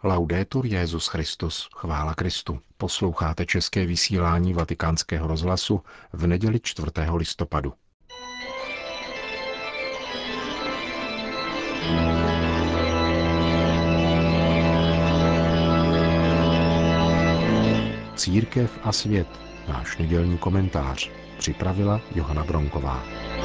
Laudetur Jesus Christus, chvála Kristu. Posloucháte české vysílání Vatikánského rozhlasu v neděli 4. listopadu. Církev a svět, náš nedělní komentář, připravila Johana Bronková.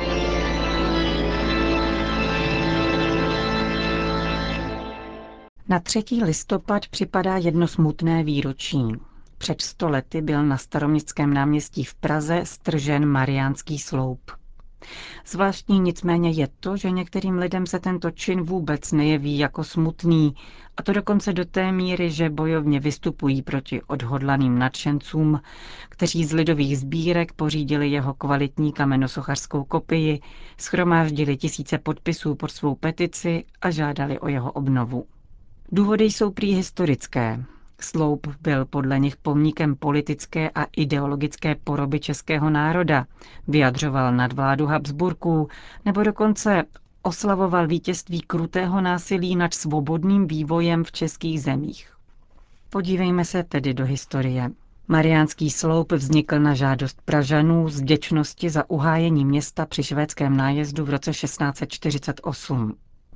Na 3. listopad připadá jedno smutné výročí. Před 100 lety byl na Staroměstském náměstí v Praze stržen Mariánský sloup. Zvláštní nicméně je to, že některým lidem se tento čin vůbec nejeví jako smutný, a to dokonce do té míry, že bojovně vystupují proti odhodlaným nadšencům, kteří z lidových sbírek pořídili jeho kvalitní kamenosochařskou kopii, shromáždili tisíce podpisů pod svou petici a žádali o jeho obnovu. Důvody jsou prý historické. Sloup byl podle nich pomníkem politické a ideologické poroby českého národa, vyjadřoval nadvládu Habsburků, nebo dokonce oslavoval vítězství krutého násilí nad svobodným vývojem v českých zemích. Podívejme se tedy do historie. Mariánský sloup vznikl na žádost Pražanů z vděčnosti za uhájení města při švédském nájezdu v roce 1648.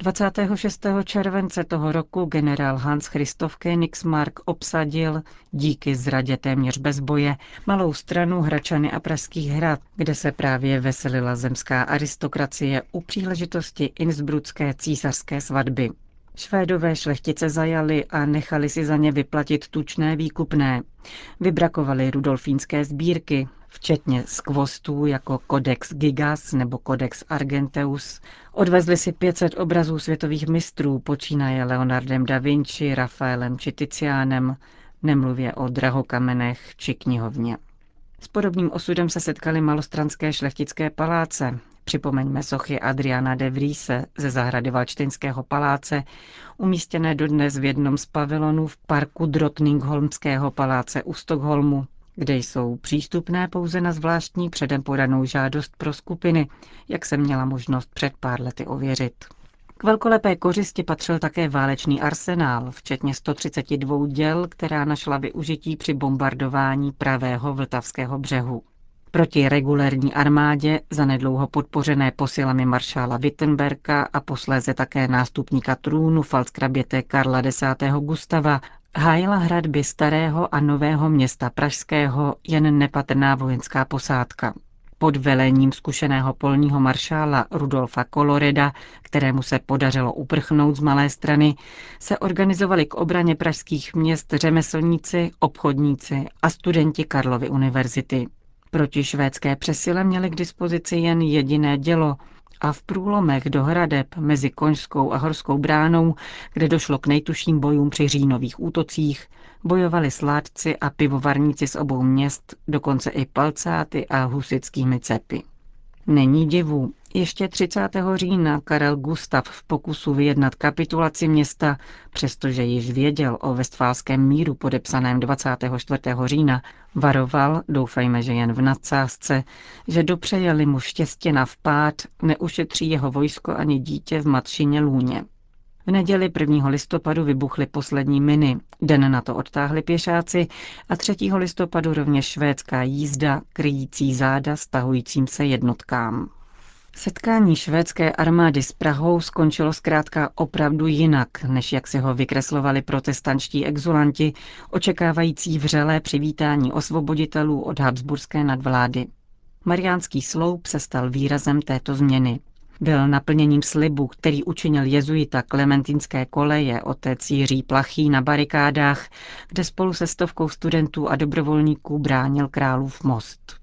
26. července toho roku generál Hans Christoph Königsmarck obsadil, díky zradě téměř bez boje, malou stranu Hradčany a Pražských hrad, kde se právě veselila zemská aristokracie u příležitosti innsbrucké císařské svatby. Švédové šlechtice zajali a nechali si za ně vyplatit tučné výkupné. Vybrakovali rudolfínské sbírky, včetně skvostů jako Codex Gigas nebo Codex Argenteus. Odvezli si 500 obrazů světových mistrů, počínaje Leonardem da Vinci, Rafaelem či Tizianem, nemluvě o drahokamenech či knihovně. S podobným osudem se setkaly malostranské šlechtické paláce. Připomeňme sochy Adriana de Vriese ze zahrady Valštejnského paláce, umístěné dodnes v jednom z pavilonů v parku Drottningholmského paláce u Stockholmu, kde jsou přístupné pouze na zvláštní předem podanou žádost pro skupiny, jak jsem měla možnost před pár lety ověřit. K velkolepé kořisti patřil také válečný arsenál, včetně 132 děl, která našla využití při bombardování pravého vltavského břehu. Proti regulérní armádě, zanedlouho podpořené posilami maršála Wittenberga a posléze také nástupníka trůnu pfalzgraběte Karla X. Gustava, hájila hradby Starého a Nového Města pražského jen nepatrná vojenská posádka. Pod velením zkušeného polního maršála Rudolfa Coloreda, kterému se podařilo uprchnout z Malé Strany, se organizovali k obraně pražských měst řemeslníci, obchodníci a studenti Karlovy univerzity. Proti švédské přesile měli k dispozici jen jediné dělo a v průlomech do hradeb mezi Koňskou a Horskou bránou, kde došlo k nejtužším bojům při říjnových útocích, bojovali sládci a pivovarníci z obou měst, dokonce i palcáty a husitskými cepy. Není divu. Ještě 30. října Karel Gustav v pokusu vyjednat kapitulaci města, přestože již věděl o Vestfálském míru podepsaném 24. října, varoval, doufejme, že jen v nadsázce, že dopřeje-li mu štěstí na vpád, neušetří jeho vojsko ani dítě v matčině lůně. V neděli 1. listopadu vybuchly poslední miny, den na to odtáhli pěšáci a 3. listopadu rovněž švédská jízda, kryjící záda stahujícím se jednotkám. Setkání švédské armády s Prahou skončilo zkrátka opravdu jinak, než jak si ho vykreslovali protestančtí exulanti, očekávající vřelé přivítání osvoboditelů od habsburské nadvlády. Mariánský sloup se stal výrazem této změny. Byl naplněním slibu, který učinil jezuita klementínské koleje otec Jiří Plachý na barikádách, kde spolu se stovkou studentů a dobrovolníků bránil Králův most.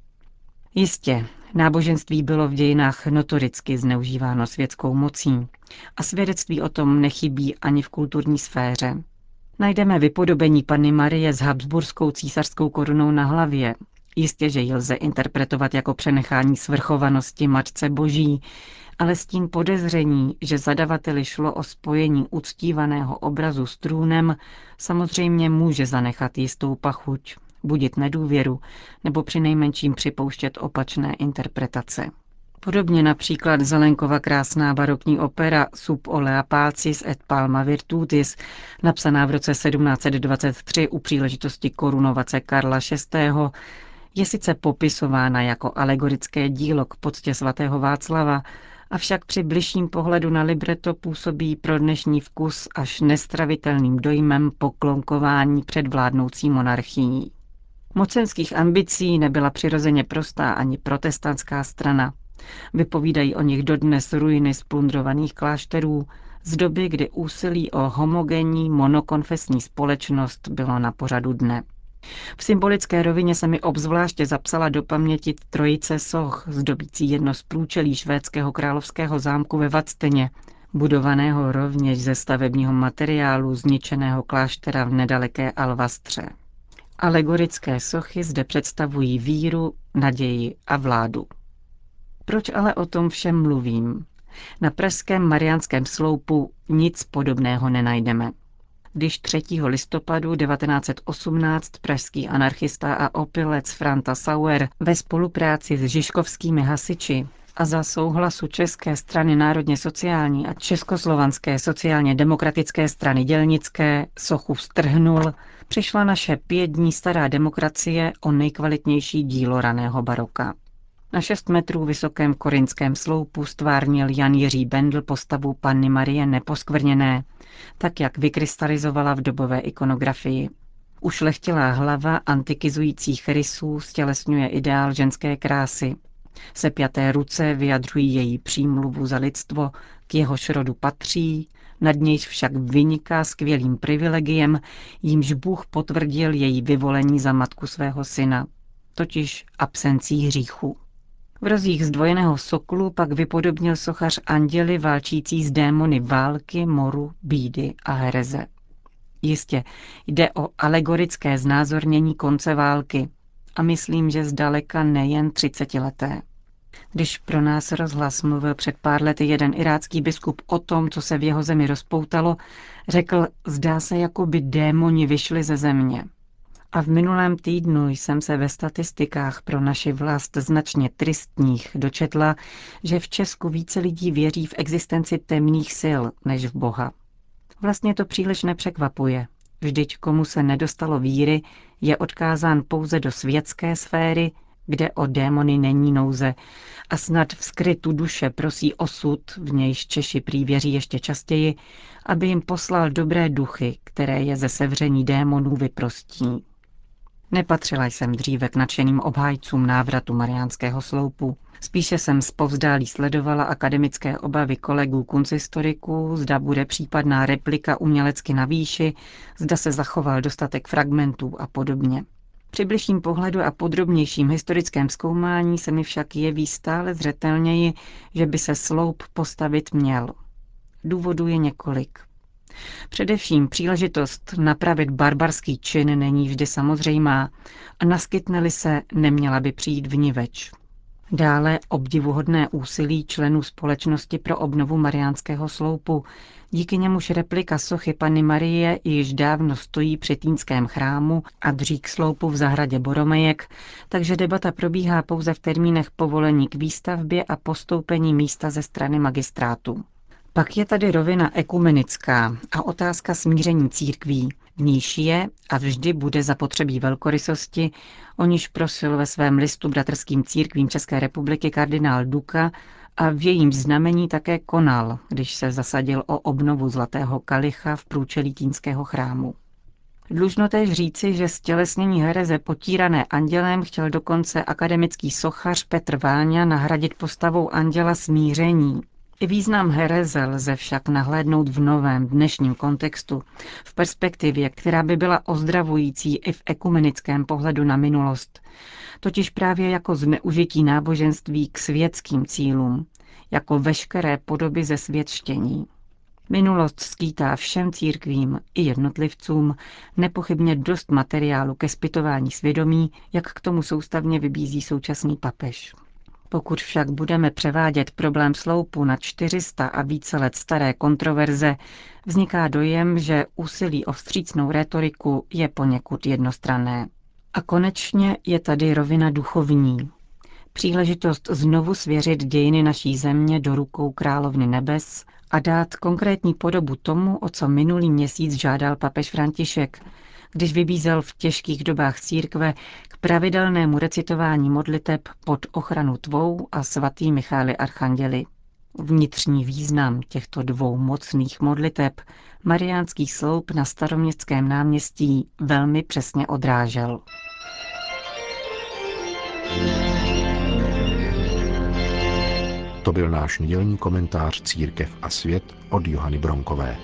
Jistě, náboženství bylo v dějinách notoricky zneužíváno světskou mocí a svědectví o tom nechybí ani v kulturní sféře. Najdeme vypodobení Panny Marie s habsburskou císařskou korunou na hlavě. Jistě, že ji lze interpretovat jako přenechání svrchovanosti Matce Boží, ale stín podezření, že zadavateli šlo o spojení uctívaného obrazu s trůnem, samozřejmě může zanechat jistou pachuť, budit nedůvěru nebo přinejmenším připouštět opačné interpretace. Podobně například Zelenkova krásná barokní opera Sub olea pacis et palma virtutis, napsaná v roce 1723 u příležitosti korunovace Karla VI., je sice popisována jako alegorické dílo k poctě svatého Václava, avšak při bližším pohledu na libreto působí pro dnešní vkus až nestravitelným dojmem poklonkování před vládnoucí monarchií. Mocenských ambicí nebyla přirozeně prostá ani protestantská strana. Vypovídají o nich dodnes ruiny splundrovaných klášterů z doby, kdy úsilí o homogenní monokonfesní společnost bylo na pořadu dne. V symbolické rovině se mi obzvláště zapsala do paměti trojice soch, zdobící jedno z průčelí švédského královského zámku ve Vadsteně, budovaného rovněž ze stavebního materiálu zničeného kláštera v nedaleké Alvastře. Alegorické sochy zde představují víru, naději a vládu. Proč ale o tom všem mluvím? Na pražském Mariánském sloupu nic podobného nenajdeme. Když 3. listopadu 1918 pražský anarchista a opilec Franta Sauer ve spolupráci s žižkovskými hasiči a za souhlasu České strany národně sociální a Československé sociálně demokratické strany dělnické sochu vztrhnul, přišla naše 5 dní stará demokracie o nejkvalitnější dílo raného baroka. Na 6 metrů vysokém korinském sloupu stvárnil Jan Jiří Bendl postavu Panny Marie Neposkvrněné, tak jak vykrystalizovala v dobové ikonografii. Ušlechtilá hlava antikizujících rysů stělesňuje ideál ženské krásy. Sepjaté ruce vyjadřují její přímluvu za lidstvo, k jehož rodu patří, nad nějž však vyniká skvělým privilegiem, jímž Bůh potvrdil její vyvolení za matku svého syna, totiž absencí hříchu. V rozích zdvojeného soklu pak vypodobnil sochař anděly válčící s démony války, moru, bídy a hereze. Jistě, jde o alegorické znázornění konce války a myslím, že zdaleka nejen 30leté. Když pro nás rozhlas mluvil před pár lety jeden irácký biskup o tom, co se v jeho zemi rozpoutalo, řekl, zdá se, jako by démoni vyšli ze země. A v minulém týdnu jsem se ve statistikách pro naši vlast značně tristních dočetla, že v Česku více lidí věří v existenci temných sil než v Boha. Vlastně to příliš nepřekvapuje. Vždyť komu se nedostalo víry, je odkázán pouze do světské sféry, kde o démony není nouze a snad v skrytu duše prosí osud, v nějž Češi prý věří ještě častěji, aby jim poslal dobré duchy, které je ze sevření démonů vyprostí. Nepatřila jsem dříve k nadšeným obhájcům návratu Mariánského sloupu. Spíše jsem zpovzdálí sledovala akademické obavy kolegů kunsthistoriků, zda bude případná replika umělecky na výši, zda se zachoval dostatek fragmentů a podobně. Při bližším pohledu a podrobnějším historickém zkoumání se mi však jeví stále zřetelněji, že by se sloup postavit měl. Důvodů je několik. Především příležitost napravit barbarský čin není vždy samozřejmá a naskytne-li se, neměla by přijít vniveč. Dále obdivuhodné úsilí členů společnosti pro obnovu Mariánského sloupu, díky němuž replika sochy Panny Marie již dávno stojí při Týnském chrámu a dřík sloupu v zahradě Boromejek, takže debata probíhá pouze v termínech povolení k výstavbě a postoupení místa ze strany magistrátu. Pak je tady rovina ekumenická a otázka smíření církví, v níž je a vždy bude zapotřebí velkorysosti, o níž prosil ve svém listu bratrským církvím České republiky kardinál Duka a v jejím znamení také konal, když se zasadil o obnovu zlatého kalicha v průčelí Týnského chrámu. Dlužno též říci, že stělesnění hereze potírané andělem chtěl dokonce akademický sochař Petr Váňa nahradit postavou anděla smíření. I význam hereze lze však nahlédnout v novém dnešním kontextu, v perspektivě, která by byla ozdravující i v ekumenickém pohledu na minulost, totiž právě jako zneužití náboženství k světským cílům, jako veškeré podoby ze světštění. Minulost skýtá všem církvím i jednotlivcům nepochybně dost materiálu ke zpytování svědomí, jak k tomu soustavně vybízí současný papež. Pokud však budeme převádět problém sloupu na 400 a více let staré kontroverze, vzniká dojem, že úsilí o vstřícnou rétoriku je poněkud jednostranné. A konečně je tady rovina duchovní. Příležitost znovu svěřit dějiny naší země do rukou Královny nebes a dát konkrétní podobu tomu, o co minulý měsíc žádal papež František, když vybízel v těžkých dobách církve k pravidelnému recitování modliteb pod ochranu tvou a svatý Michaeli archanděli. Vnitřní význam těchto dvou mocných modliteb Mariánský sloup na Staroměstském náměstí velmi přesně odrážel. To byl náš nedělní komentář Církev a svět od Johany Bronkové.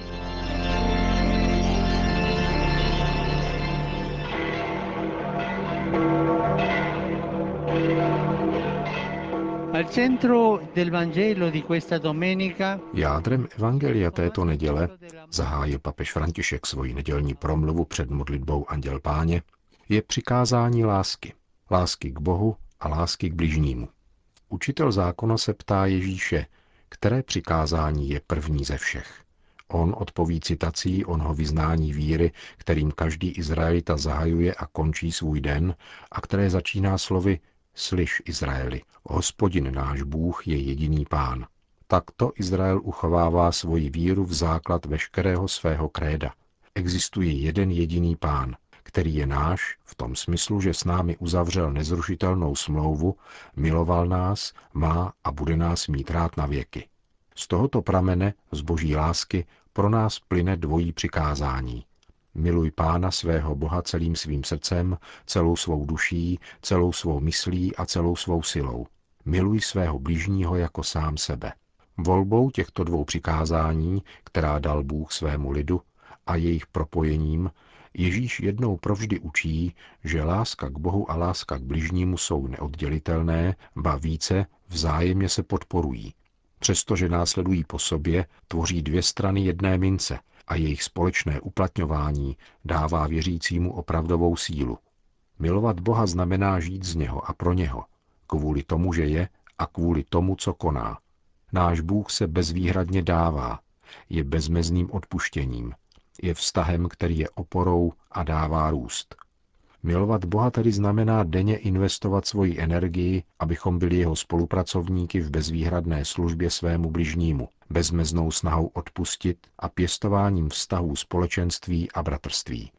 Jádrem evangelia této neděle, zahájil papež František svoji nedělní promluvu před modlitbou Anděl Páně, je přikázání lásky. Lásky k Bohu a lásky k bližnímu. Učitel zákona se ptá Ježíše, které přikázání je první ze všech. On odpoví citací onho vyznání víry, kterým každý Izraelita zahajuje a končí svůj den a které začíná slovy Slyš, Izraeli, Hospodin náš Bůh je jediný Pán. Takto Izrael uchovává svoji víru v základ veškerého svého kréda. Existuje jeden jediný Pán, který je náš v tom smyslu, že s námi uzavřel nezrušitelnou smlouvu, miloval nás, má a bude nás mít rád na věky. Z tohoto pramene, z boží lásky, pro nás plyne dvojí přikázání. Miluj Pána svého Boha celým svým srdcem, celou svou duší, celou svou myslí a celou svou silou. Miluj svého bližního jako sám sebe. Volbou těchto dvou přikázání, která dal Bůh svému lidu, a jejich propojením, Ježíš jednou provždy učí, že láska k Bohu a láska k bližnímu jsou neoddělitelné, ba více vzájemně se podporují. Přestože následují po sobě, tvoří dvě strany jedné mince a jejich společné uplatňování dává věřícímu opravdovou sílu. Milovat Boha znamená žít z něho a pro něho, kvůli tomu, že je a kvůli tomu, co koná. Náš Bůh se bezvýhradně dává, je bezmezným odpuštěním, je vztahem, který je oporou a dává růst. Milovat Boha tedy znamená denně investovat svoji energii, abychom byli jeho spolupracovníky v bezvýhradné službě svému bližnímu, bezmeznou snahou odpustit a pěstováním vztahů společenství a bratrství.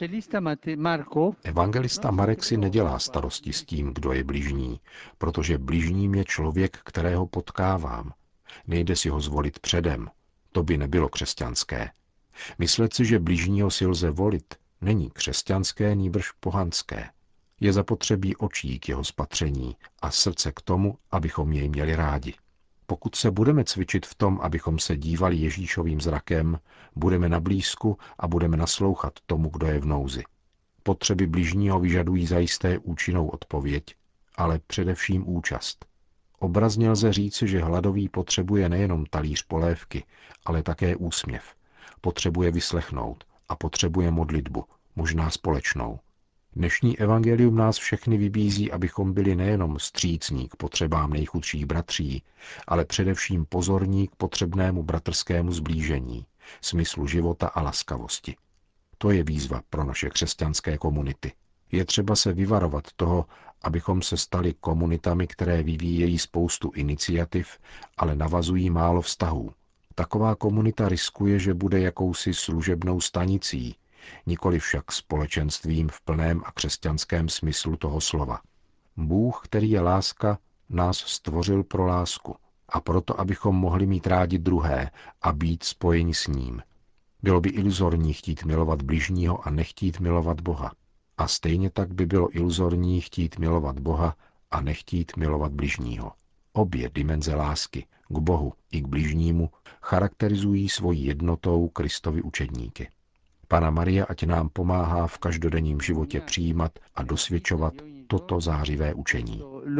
Evangelista Marek si nedělá starosti s tím, kdo je bližní, protože bližním je člověk, kterého potkávám. Nejde si ho zvolit předem, to by nebylo křesťanské. Myslet si, že bližního si lze volit, není křesťanské, nýbrž pohanské. Je zapotřebí očí k jeho spatření a srdce k tomu, abychom jej měli rádi. Pokud se budeme cvičit v tom, abychom se dívali Ježíšovým zrakem, budeme na blízku a budeme naslouchat tomu, kdo je v nouzi. Potřeby bližního vyžadují zajisté účinnou odpověď, ale především účast. Obrazně lze říci, že hladový potřebuje nejenom talíř polévky, ale také úsměv. Potřebuje vyslechnout a potřebuje modlitbu, možná společnou. Dnešní evangelium nás všechny vybízí, abychom byli nejenom vstřícní k potřebám nejchudších bratří, ale především pozorní k potřebnému bratrskému sblížení, smyslu života a laskavosti. To je výzva pro naše křesťanské komunity. Je třeba se vyvarovat toho, abychom se stali komunitami, které vyvíjejí spoustu iniciativ, ale navazují málo vztahů. Taková komunita riskuje, že bude jakousi služebnou stanicí, nikoli však společenstvím v plném a křesťanském smyslu toho slova. Bůh, který je láska, nás stvořil pro lásku a proto, abychom mohli mít rádi druhé a být spojeni s ním. Bylo by iluzorní chtít milovat bližního a nechtít milovat Boha. A stejně tak by bylo iluzorní chtít milovat Boha a nechtít milovat bližního. Obě dimenze lásky, k Bohu i k bližnímu, charakterizují svojí jednotou Kristovi učedníky. Panna Maria ať nám pomáhá v každodenním životě přijímat a dosvědčovat toto zářivé učení.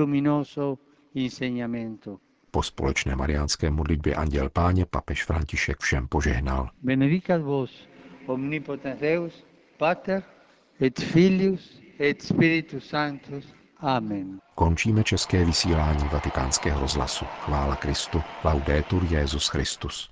Po společné mariánské modlitbě Anděl Páně papež František všem požehnal. Benedicat vos, omnipotens Deus, Pater, et Filius, et Spiritus Sanctus. Amen. Končíme české vysílání Vatikánského rozhlasu. Chvála Kristu. Laudetur Jesus Christus.